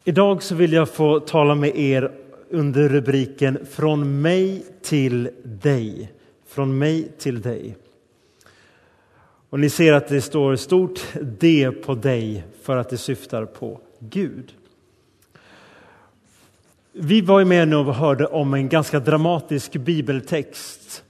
Idag så vill jag få tala med er under rubriken Från mig till dig. Från mig till dig. Och ni ser att det står stort D på dig för att det syftar på Gud. Vi var ju med nu och hörde om en ganska dramatisk bibeltext.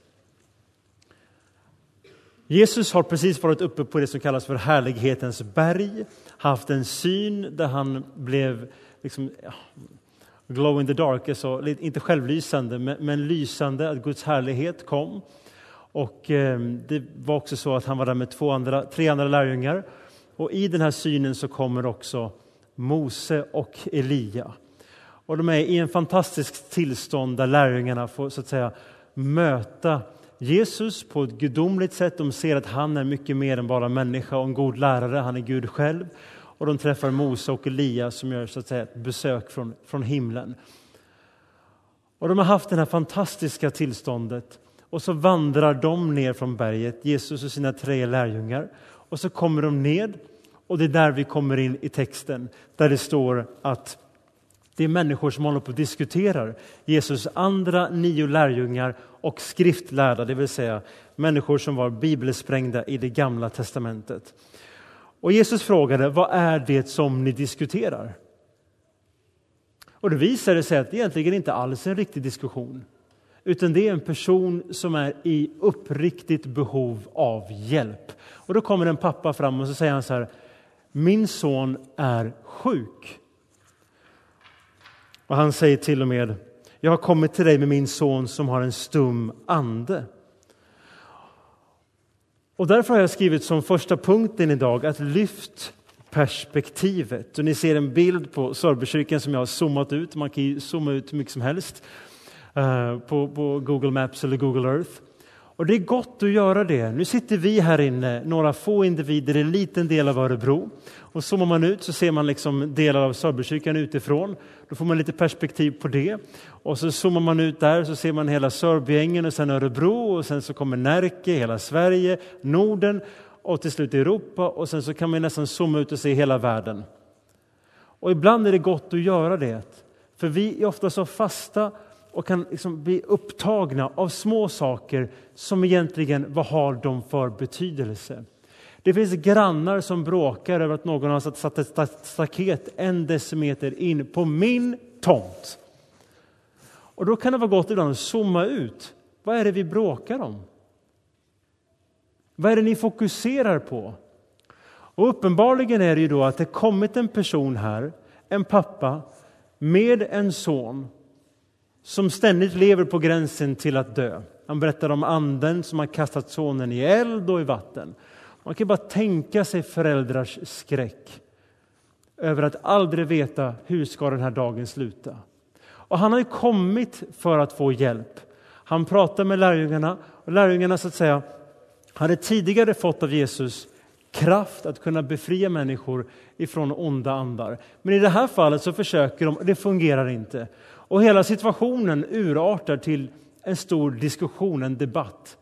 Jesus har precis varit uppe på det som kallas för härlighetens berg. Haft en syn där han blev glow in the dark, alltså inte självlysande men lysande, att Guds härlighet kom. Och det var också så att han var där med tre andra lärjungar. Och i den här synen så kommer också Mose och Elia. Och de är i en fantastisk tillstånd där lärjungarna får så att säga möta Jesus på ett gudomligt sätt. De ser att han är mycket mer än bara människa och en god lärare. Han är Gud själv. Och de träffar Mose och Elia som gör så att säga ett besök från himlen. Och de har haft det här fantastiska tillståndet. Och så vandrar de ner från berget, Jesus och sina 3 lärjungar. Och så kommer de ned. Och det är där vi kommer in i texten. Där det står att det är människor som håller på och diskuterar Jesus andra 9 lärjungar och skriftlärda, det vill säga människor som var bibelsprängda i det gamla testamentet. Och Jesus frågade, vad är det som ni diskuterar? Och det visade sig att det egentligen inte alls är en riktig diskussion. Utan det är en person som är i uppriktigt behov av hjälp. Och då kommer en pappa fram och så säger han så här, min son är sjuk. Och han säger till och med, jag har kommit till dig med min son som har en stum ande. Och därför har jag skrivit som första punkten idag att lyft perspektivet. Och ni ser en bild på Sörbyskyrkan som jag har zoomat ut. Man kan ju zooma ut hur mycket som helst på Google Maps eller Google Earth. Och det är gott att göra det. Nu sitter vi här inne, några få individer i en liten del av Örebro. Och zoomar man ut så ser man liksom delar av Sörbyskyrkan utifrån. Då får man lite perspektiv på det. Och så zoomar man ut där så ser man hela Sörbyängen och sen Örebro. Och sen så kommer Närke, hela Sverige, Norden och till slut Europa. Och sen så kan man nästan zooma ut och se hela världen. Och ibland är det gott att göra det. För vi är ofta så fasta och kan liksom bli upptagna av små saker som egentligen, vad har de för betydelse? Det finns grannar som bråkar över att någon har satt ett staket 1 decimeter in på min tomt. Och då kan det vara gott ibland att zooma ut. Vad är det vi bråkar om? Vad är det ni fokuserar på? Och uppenbarligen är det ju då att det kommit en person här, en pappa med en son som ständigt lever på gränsen till att dö. Han berättar om anden som har kastat sonen i eld och i vatten. Man kan bara tänka sig föräldrars skräck över att aldrig veta hur ska den här dagen sluta. Och han har ju kommit för att få hjälp. Han pratar med lärjungarna och lärjungarna så att säga hade tidigare fått av Jesus kraft att kunna befria människor ifrån onda andar. Men i det här fallet så försöker de, det fungerar inte. Och hela situationen urartar till en stor diskussion, en debatt.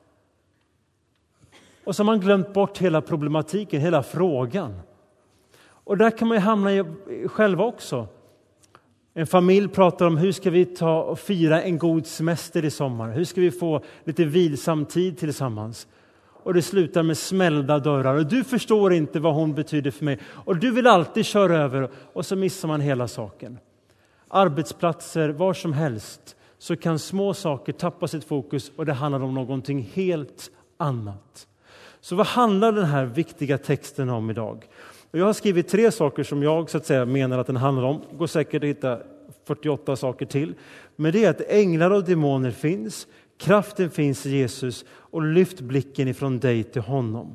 Och så har man glömt bort hela problematiken, hela frågan. Och där kan man ju hamna i själva också. En familj pratar om hur ska vi ta och fira en god semester i sommar. Hur ska vi få lite vilsam tid tillsammans. Och det slutar med smällda dörrar. Och du förstår inte vad hon betyder för mig. Och du vill alltid köra över. Och så missar man hela saken. Arbetsplatser, var som helst. Så kan små saker tappa sitt fokus. Och det handlar om någonting helt annat. Så vad handlar den här viktiga texten om idag? Och jag har skrivit 3 saker som jag så att säga menar att den handlar om. Går säkert att hitta 48 saker till. Men det är att änglar och demoner finns. Kraften finns i Jesus. Och lyft blicken ifrån dig till honom.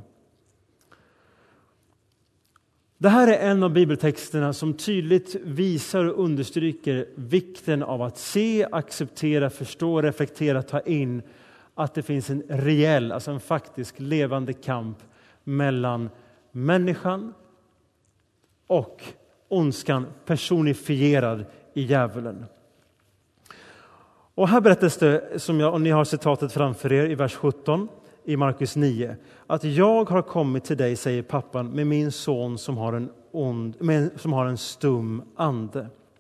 Det här är en av bibeltexterna som tydligt visar och understryker vikten av att se, acceptera, förstå, reflektera, ta in att det finns en reell, alltså en faktisk levande kamp mellan människan och ondskan personifierad i djävulen. Och här berättas det, och ni har citatet framför er i vers 17 i Markus 9, att jag har kommit till dig, säger pappan, med min son som har en stum ande.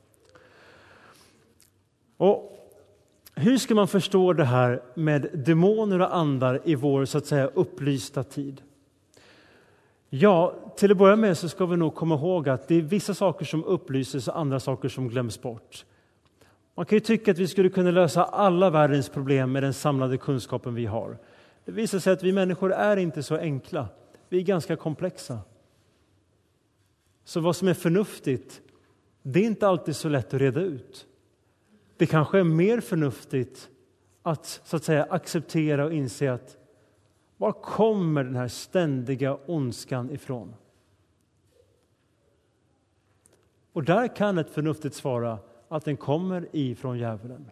Och hur ska man förstå det här med demoner och andar i vår så att säga upplysta tid? Ja, till att börja med så ska vi nog komma ihåg att det är vissa saker som upplyses och andra saker som glöms bort. Man kan ju tycka att vi skulle kunna lösa alla världens problem med den samlade kunskapen vi har. Det visar sig att vi människor är inte så enkla. Vi är ganska komplexa. Så vad som är förnuftigt, det är inte alltid så lätt att reda ut. Det kanske är mer förnuftigt att så att säga acceptera och inse att var kommer den här ständiga ondskan ifrån? Och där kan ett förnuftigt svara att den kommer ifrån djävulen.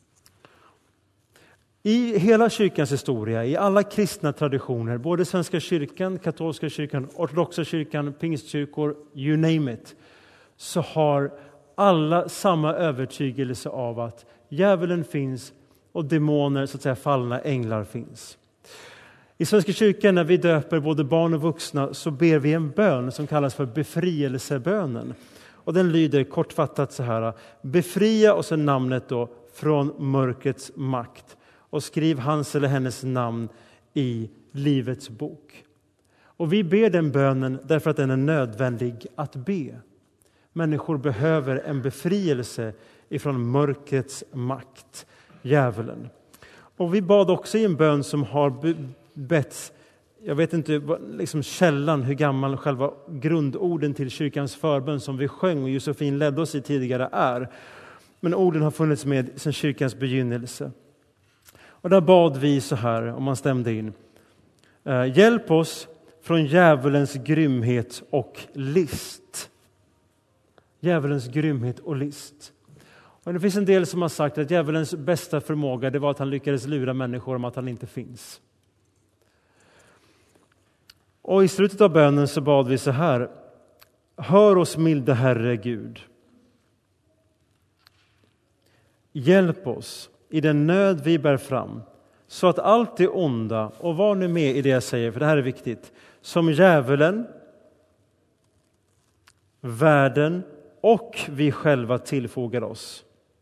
I hela kyrkans historia, i alla kristna traditioner, både Svenska kyrkan, katolska kyrkan, ortodoxa kyrkan, pingstkyrkor, you name it, så har alla samma övertygelse av att djävulen finns och demoner, så att säga fallna änglar, finns. I Svenska kyrkan när vi döper både barn och vuxna så ber vi en bön som kallas för befrielsebönen. Och den lyder kortfattat så här: befria, och sen namnet då, från mörkrets makt. Och skriv hans eller hennes namn i livets bok. Och vi ber den bönen därför att den är nödvändig att be. Människor behöver en befrielse ifrån mörkrets makt, djävulen. Och vi bad också i en bön som har betts, jag vet inte liksom källan, hur gammal själva grundorden till kyrkans förbön som vi sjöng och Josefin ledde oss i tidigare är. Men orden har funnits med sedan kyrkans begynnelse. Och där bad vi så här, om man stämde in: hjälp oss från djävulens grymhet och list. Djävulens grymhet och list. Och det finns en del som har sagt att djävulens bästa förmåga, det var att han lyckades lura människor om att han inte finns. Och i slutet av bönen så bad vi så här: hör oss milde Herre Gud. Hjälp oss i den nöd vi bär fram, så att allt det onda, och var nu med i det jag säger, för det här är viktigt, som djävulen, världen och vi själva tillfogar oss,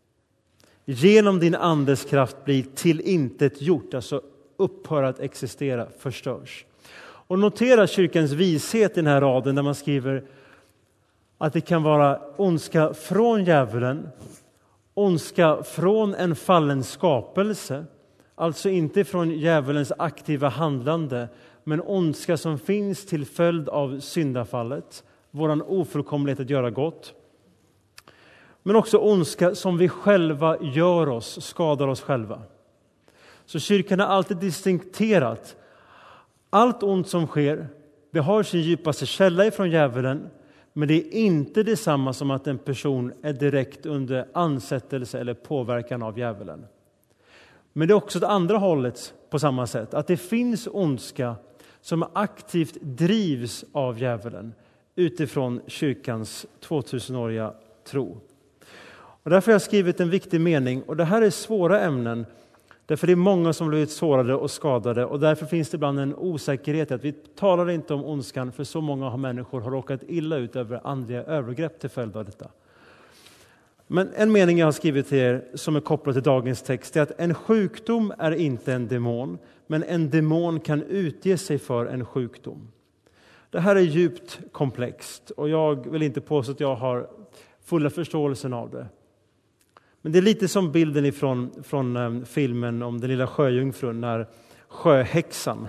genom din andes kraft blir till intet gjort, alltså upphör att existera, förstörs. Och notera kyrkans vishet i den här raden där man skriver att det kan vara ondska från djävulen, ondska från en fallen skapelse, alltså inte från djävulens aktiva handlande, men ondska som finns till följd av syndafallet, våran ofullkomlighet att göra gott. Men också ondska som vi själva gör oss, skadar oss själva. Så kyrkan har alltid distinkterat allt ont som sker, det har sin djupaste källa ifrån djävulen, men det är inte detsamma som att en person är direkt under ansättelse eller påverkan av djävulen. Men det är också det andra hållet på samma sätt, att det finns ondska som aktivt drivs av djävulen utifrån kyrkans 2000-åriga tro. Och därför har jag skrivit en viktig mening, och det här är svåra ämnen, därför det är många som blivit sårade och skadade, och därför finns det ibland en osäkerhet att vi talar inte om ondskan, för så många människor har råkat illa ut över andliga övergrepp till följd av detta. Men en mening jag har skrivit till er som är kopplad till dagens text är att en sjukdom är inte en demon, men en demon kan utge sig för en sjukdom. Det här är djupt komplext, och jag vill inte påstå att jag har fulla förståelsen av det. Men det är lite som bilden från filmen om den lilla sjöjungfrun, när sjöhäxan,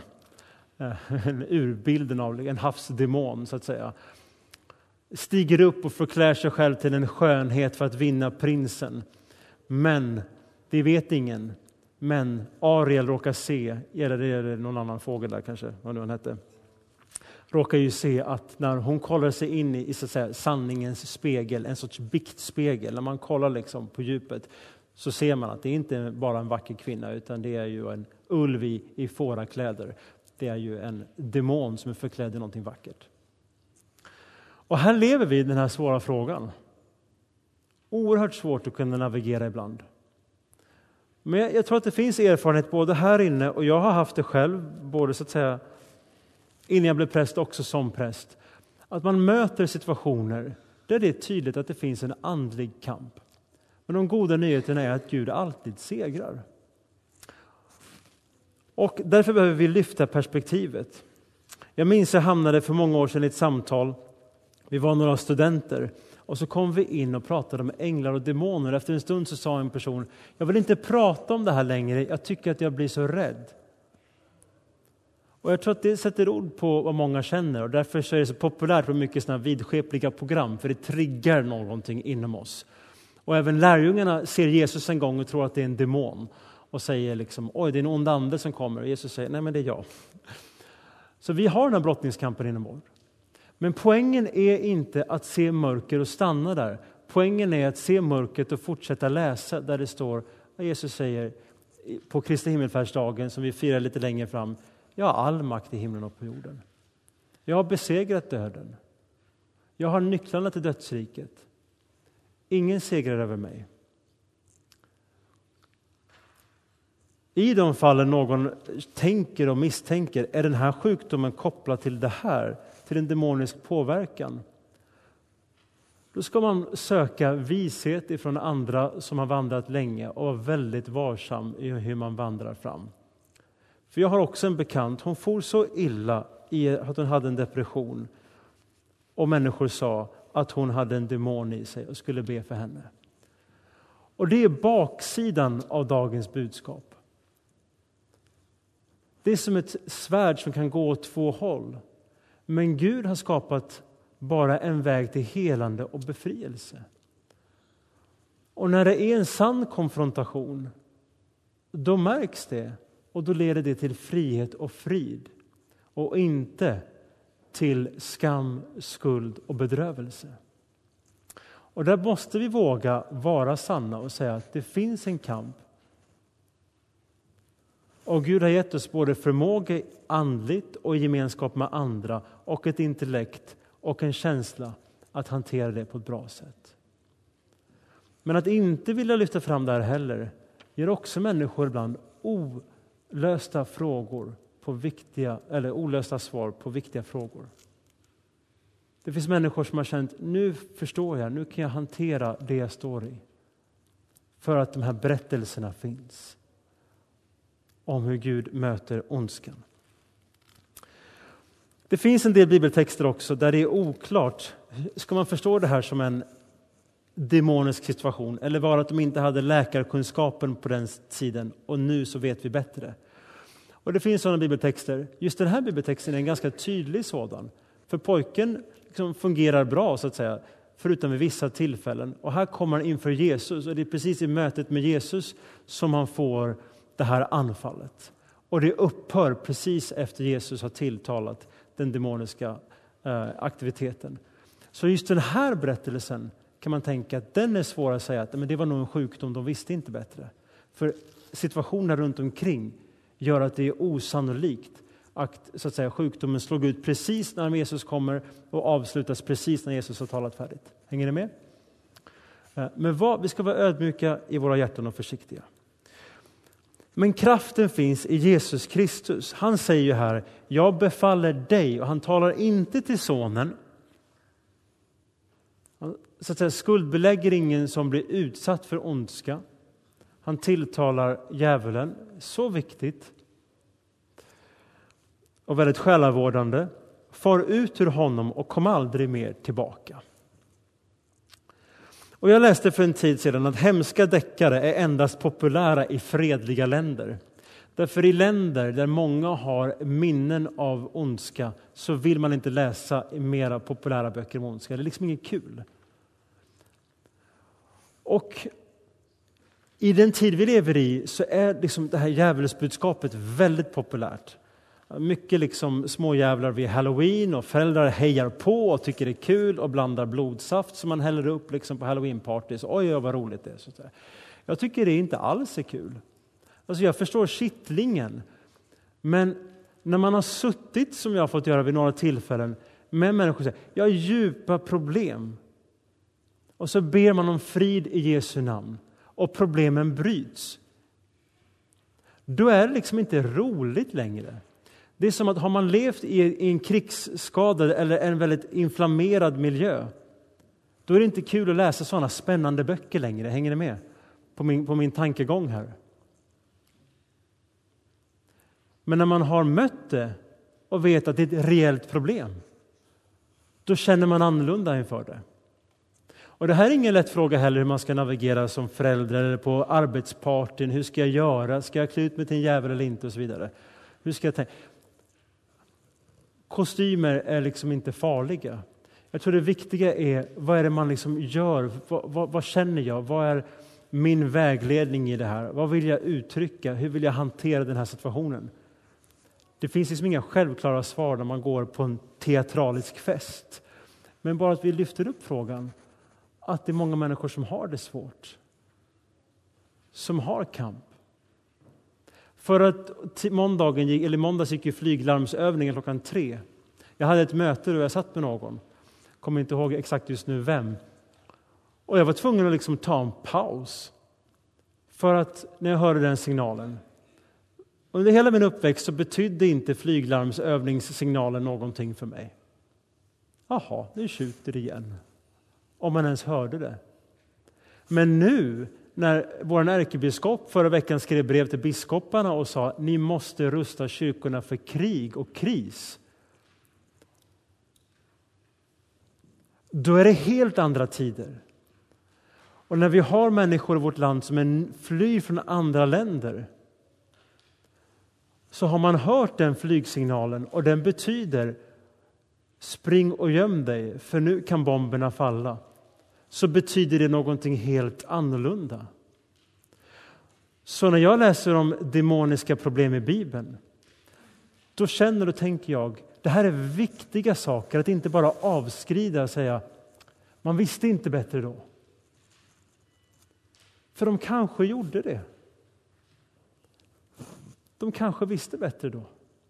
urbilden av en havsdemon så att säga, stiger upp och förklär sig själv till en skönhet för att vinna prinsen. Men det vet ingen. Men Ariel råkar se, eller det är någon annan fågel där kanske, vad nu han hette, råkar ju se att när hon kollar sig in i så att säga sanningens spegel, en sorts biktspegel, när man kollar liksom på djupet, så ser man att det inte är bara en vacker kvinna, utan det är ju en ulv i fårakläder. Det är ju en demon som är förklädd i någonting vackert. Och här lever vi i den här svåra frågan. Oerhört svårt att kunna navigera ibland. Men jag tror att det finns erfarenhet både här inne, och jag har haft det själv, både så att säga innan jag blev präst, också som präst, att man möter situationer där det är tydligt att det finns en andlig kamp. Men de goda nyheterna är att Gud alltid segrar. Och därför behöver vi lyfta perspektivet. Jag minns jag hamnade för många år sedan i ett samtal. Vi var några studenter och så kom vi in och pratade om änglar och demoner. Efter en stund så sa en person, jag vill inte prata om det här längre, jag tycker att jag blir så rädd. Och jag tror att det sätter ord på vad många känner och därför så är det så populärt med mycket sådana vidskepliga program, för det triggar någonting inom oss. Och även lärjungarna ser Jesus en gång och tror att det är en demon och säger liksom, oj, det är en ond ande som kommer. Och Jesus säger, nej men det är jag. Så vi har den här brottningskampen inom oss. Men poängen är inte att se mörker och stanna där. Poängen är att se mörkret och fortsätta läsa där det står, vad Jesus säger på Kristi himmelfärdsdagen som vi firar lite längre fram. Jag har all makt i himlen och på jorden. Jag har besegrat döden. Jag har nycklarna till dödsriket. Ingen segrar över mig. I de fallen någon tänker och misstänker, är den här sjukdomen kopplad till det här, till en demonisk påverkan? Då ska man söka vishet ifrån andra som har vandrat länge och vara väldigt varsam i hur man vandrar fram. För jag har också en bekant, hon for så illa i att hon hade en depression och människor sa att hon hade en demon i sig och skulle be för henne. Och det är baksidan av dagens budskap. Det är som ett svärd som kan gå åt två håll. Men Gud har skapat bara en väg till helande och befrielse. Och när det är en sann konfrontation, då märks det. Och då leder det till frihet och frid. Och inte till skam, skuld och bedrövelse. Och där måste vi våga vara sanna och säga att det finns en kamp. Och Gud har gett oss både förmåga andligt och gemenskap med andra och ett intellekt och en känsla att hantera det på ett bra sätt. Men att inte vilja lyfta fram det här heller ger också människor ibland olösta frågor på viktiga, eller olösta svar på viktiga frågor. Det finns människor som har känt, nu förstår jag, nu kan jag hantera det jag står i. För att de här berättelserna finns om hur Gud möter ondskan. Det finns en del bibeltexter också där det är oklart. Ska man förstå det här som en demonisk situation? Eller var det att de inte hade läkarkunskapen på den tiden och nu så vet vi bättre? Och det finns sådana bibeltexter. Just den här bibeltexten är en ganska tydlig sådan. För pojken liksom fungerar bra så att säga, förutom vid vissa tillfällen. Och här kommer han inför Jesus och det är precis i mötet med Jesus som han får det här anfallet. Och det upphör precis efter Jesus har tilltalat den demoniska aktiviteten. Så just den här berättelsen kan man tänka att den är svår att säga att men det var nog en sjukdom, de visste inte bättre. För situationen runt omkring gör att det är osannolikt att, så att säga, sjukdomen slog ut precis när Jesus kommer och avslutas precis när Jesus har talat färdigt. Hänger ni med? Men vi ska vara ödmjuka i våra hjärtan och försiktiga. Men kraften finns i Jesus Kristus. Han säger ju här, jag befaller dig. Och han talar inte till sonen. Han så att säga, skuldbelägger ingen som blir utsatt för ondska. Han tilltalar djävulen. Så viktigt. Och väldigt själavårdande. Far ut ur honom och kom aldrig mer tillbaka. Och jag läste för en tid sedan att hemska deckare är endast populära i fredliga länder. Därför i länder där många har minnen av ondska så vill man inte läsa mera populära böcker om ondska. Det är liksom inget kul. Och i den tid vi lever i så är liksom det här djävulsbudskapet väldigt populärt. Mycket liksom småjävlar vid Halloween och föräldrar hejar på och tycker det är kul och blandar blodsaft som man häller upp liksom på Halloween-party. Så, oj, vad roligt det är. Så där. Jag tycker det inte alls är kul. Alltså jag förstår kittlingen. Men när man har suttit, som jag har fått göra vid några tillfällen, med människor som säger, jag har djupa problem. Och så ber man om frid i Jesu namn. Och problemen bryts. Då är det liksom inte roligt längre. Det är som att har man levt i en krigsskadad eller en väldigt inflammerad miljö, då är det inte kul att läsa sådana spännande böcker längre. Hänger ni med på min tankegång här? Men när man har mött det och vet att det är ett reellt problem, då känner man annorlunda inför det. Och det här är ingen lätt fråga heller, hur man ska navigera som förälder eller på arbetspartyn. Hur ska jag göra? Ska jag klä ut mig till en jävel eller inte? Och så vidare. Hur ska jag tänka? Kostymer är liksom inte farliga. Jag tror det viktiga är, vad är det man liksom gör? Vad känner jag? Vad är min vägledning i det här? Vad vill jag uttrycka? Hur vill jag hantera den här situationen? Det finns liksom inga självklara svar när man går på en teatralisk fest. Men bara att vi lyfter upp frågan att det är många människor som har det svårt. Som har kamp. För att måndags gick ju flyglarmsövningen 3:00. Jag hade ett möte och jag satt med någon. Kommer inte ihåg exakt just nu vem. Och jag var tvungen att liksom ta en paus. För att när jag hörde den signalen. Under hela min uppväxt så betydde inte flyglarmsövningssignalen någonting för mig. Jaha, nu skjuter det igen. Om man ens hörde det. Men nu när vår ärkebiskop förra veckan skrev brev till biskoparna och sa ni måste rusta kyrkorna för krig och kris. Då är det helt andra tider. Och när vi har människor i vårt land som flyr från andra länder, så har man hört den flygsignalen och den betyder spring och göm dig för nu kan bomberna falla. Så betyder det någonting helt annorlunda. Så när jag läser om demoniska problem i Bibeln, då känner och tänker jag, det här är viktiga saker att inte bara avskrida och säga, man visste inte bättre då. För de kanske gjorde det. De kanske visste bättre då.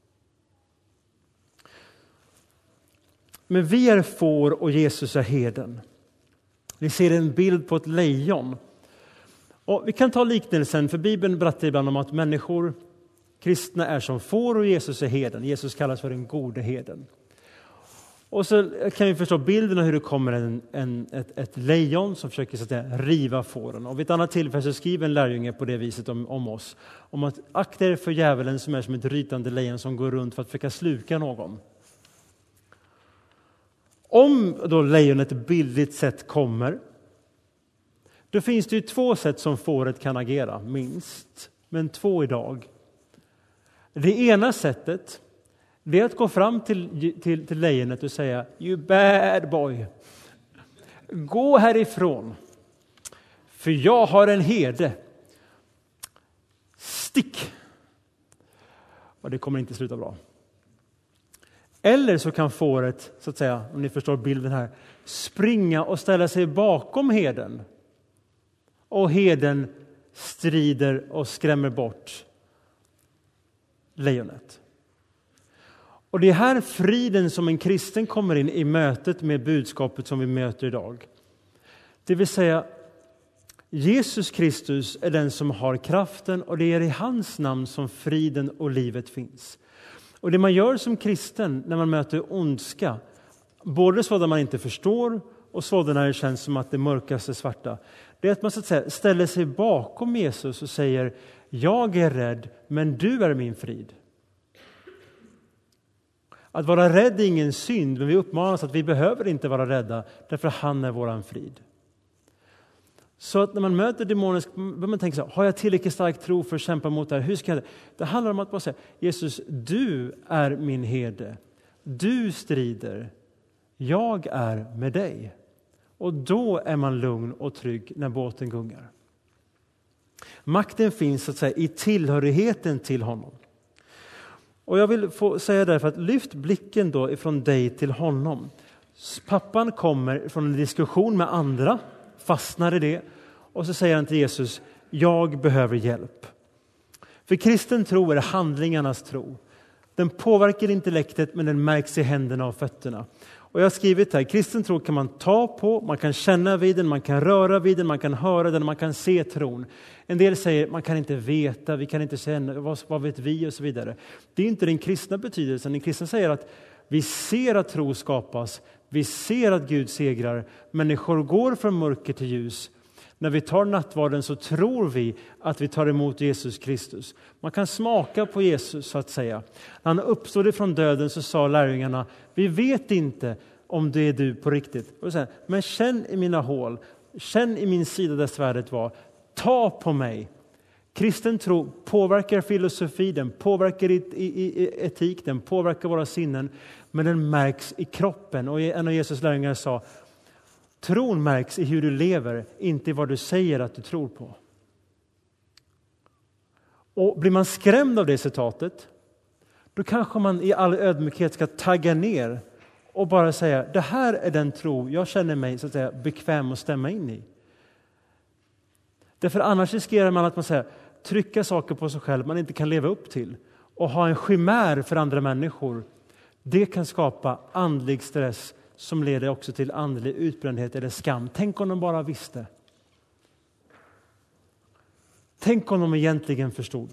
Men vi är får och Jesus är herden. Vi ser en bild på ett lejon. Och vi kan ta liknelsen, för Bibeln berättar ibland om att människor, kristna, är som får och Jesus är herden. Jesus kallas för den gode herden. Och så kan vi förstå bilden av hur det kommer ett lejon som försöker så att säga, riva fåren. Och vid ett annat tillfälle så skriver en lärjunge på det viset om oss. Om att akta er för djävulen som är som ett rytande lejon som går runt för att försöka sluka någon. Om då lejonet bildligt sett kommer, då finns det ju 2 sätt som fåret kan agera, minst. Men 2 idag. Det ena sättet, det är att gå fram till lejonet och säga, you bad boy, gå härifrån, för jag har en herde. Stick! Och det kommer inte sluta bra. Eller så kan fåret, så att säga, om ni förstår bilden här, springa och ställa sig bakom herden. Och herden strider och skrämmer bort lejonet. Och det är här friden som en kristen kommer in i mötet med budskapet som vi möter idag. Det vill säga, Jesus Kristus är den som har kraften och det är i hans namn som friden och livet finns. Och det man gör som kristen när man möter ondska, både så där man inte förstår och så där det känns som att det mörkaste svarta, det är att man så att säga ställer sig bakom Jesus och säger, jag är rädd men du är min frid. Att vara rädd är ingen synd, men vi uppmanas att vi behöver inte vara rädda därför han är våran frid. Så att när man möter demonisk, man tänker så här, har jag tillräckligt stark tro för att kämpa mot det här? Hur ska jag det? Det handlar om att bara säga, Jesus, du är min herde. Du strider. Jag är med dig. Och då är man lugn och trygg när båten gungar. Makten finns så att säga i tillhörigheten till honom. Och jag vill få säga därför att lyft blicken då ifrån dig till honom. Pappan kommer från en diskussion med andra, fastnar i det och så säger han till Jesus, jag behöver hjälp. För kristen tro är handlingarnas tro. Den påverkar intellektet men den märks i händerna och fötterna. Och jag har skrivit här, kristen tro kan man ta på, man kan känna vid den, man kan röra vid den, man kan höra den, man kan se tron. En del säger man kan inte veta, vi kan inte känna, vad vet vi och så vidare. Det är inte den kristna betydelsen. Den kristna säger att vi ser att tro skapas, Vi ser att Gud segrar. Människor går från mörker till ljus. När vi tar nattvarden så tror vi att vi tar emot Jesus Kristus. Man kan smaka på Jesus så att säga. När han uppstod ifrån döden så sa lärjungarna, vi vet inte om det är du på riktigt. Men känn i mina hål, känn i min sida där svärdet var. Ta på mig. Kristen tro påverkar filosofi, den påverkar i etik, den påverkar våra sinnen. Men den märks i kroppen. Och en av Jesus lärjungar sa, tron märks i hur du lever, inte i vad du säger att du tror på. Och blir man skrämd av det citatet, då kanske man i all ödmjukhet ska tagga ner och bara säga, det här är den tro jag känner mig så att säga bekväm att stämma in i. Därför annars riskerar man att man säger, trycka saker på sig själv man inte kan leva upp till och ha en chimär för andra människor. Det kan skapa andlig stress som leder också till andlig utbrändhet eller skam. Tänk om de bara visste. Tänk om de egentligen förstod.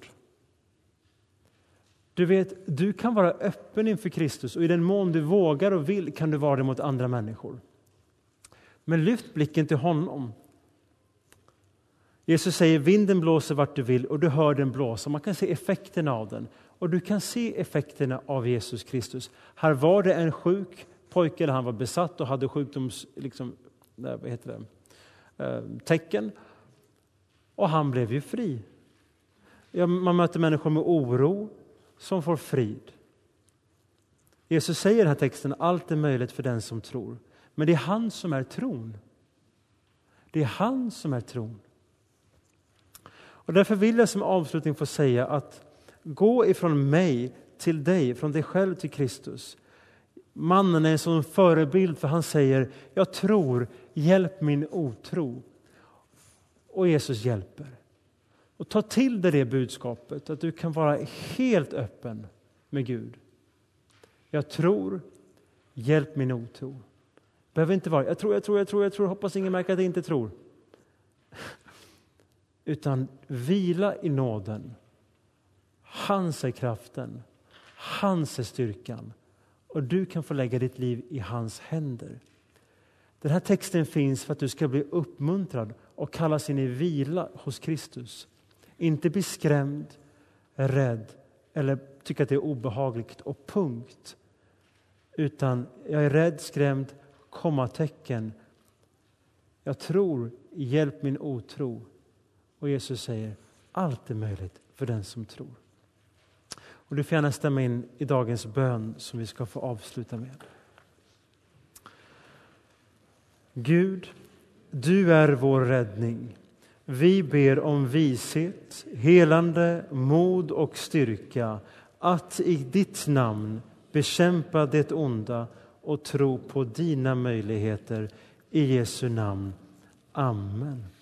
Du vet, du kan vara öppen inför Kristus och i den mån du vågar och vill kan du vara det mot andra människor. Men lyft blicken till honom. Jesus säger, vinden blåser vart du vill och du hör den blåsa. Man kan se effekterna av den. Och du kan se effekterna av Jesus Kristus. Här var det en sjuk pojke, eller han var besatt och hade sjukdoms tecken. Och han blev ju fri. Ja, man möter människor med oro som får frid. Jesus säger i den här texten, allt är möjligt för den som tror. Men det är han som är tron. Det är han som är tron. Och därför vill jag som avslutning få säga att gå ifrån mig till dig, från dig själv till Kristus. Mannen är en sån förebild för han säger, jag tror, hjälp min otro. Och Jesus hjälper. Och ta till dig det budskapet att du kan vara helt öppen med Gud. Jag tror, hjälp min otro. Behöver inte vara, jag tror, hoppas ingen märker att jag inte tror. Utan vila i nåden. Hans är kraften. Hans är styrkan. Och du kan få lägga ditt liv i hans händer. Den här texten finns för att du ska bli uppmuntrad och kallas in i vila hos Kristus. Inte bli skrämd, rädd eller tycka att det är obehagligt och punkt. Utan jag är rädd, skrämd, kommatecken. Jag tror, hjälp min otro. Och Jesus säger, allt är möjligt för den som tror. Och du får gärna stämma in i dagens bön som vi ska få avsluta med. Gud, du är vår räddning. Vi ber om vishet, helande, mod och styrka att i ditt namn bekämpa det onda och tro på dina möjligheter. I Jesu namn. Amen.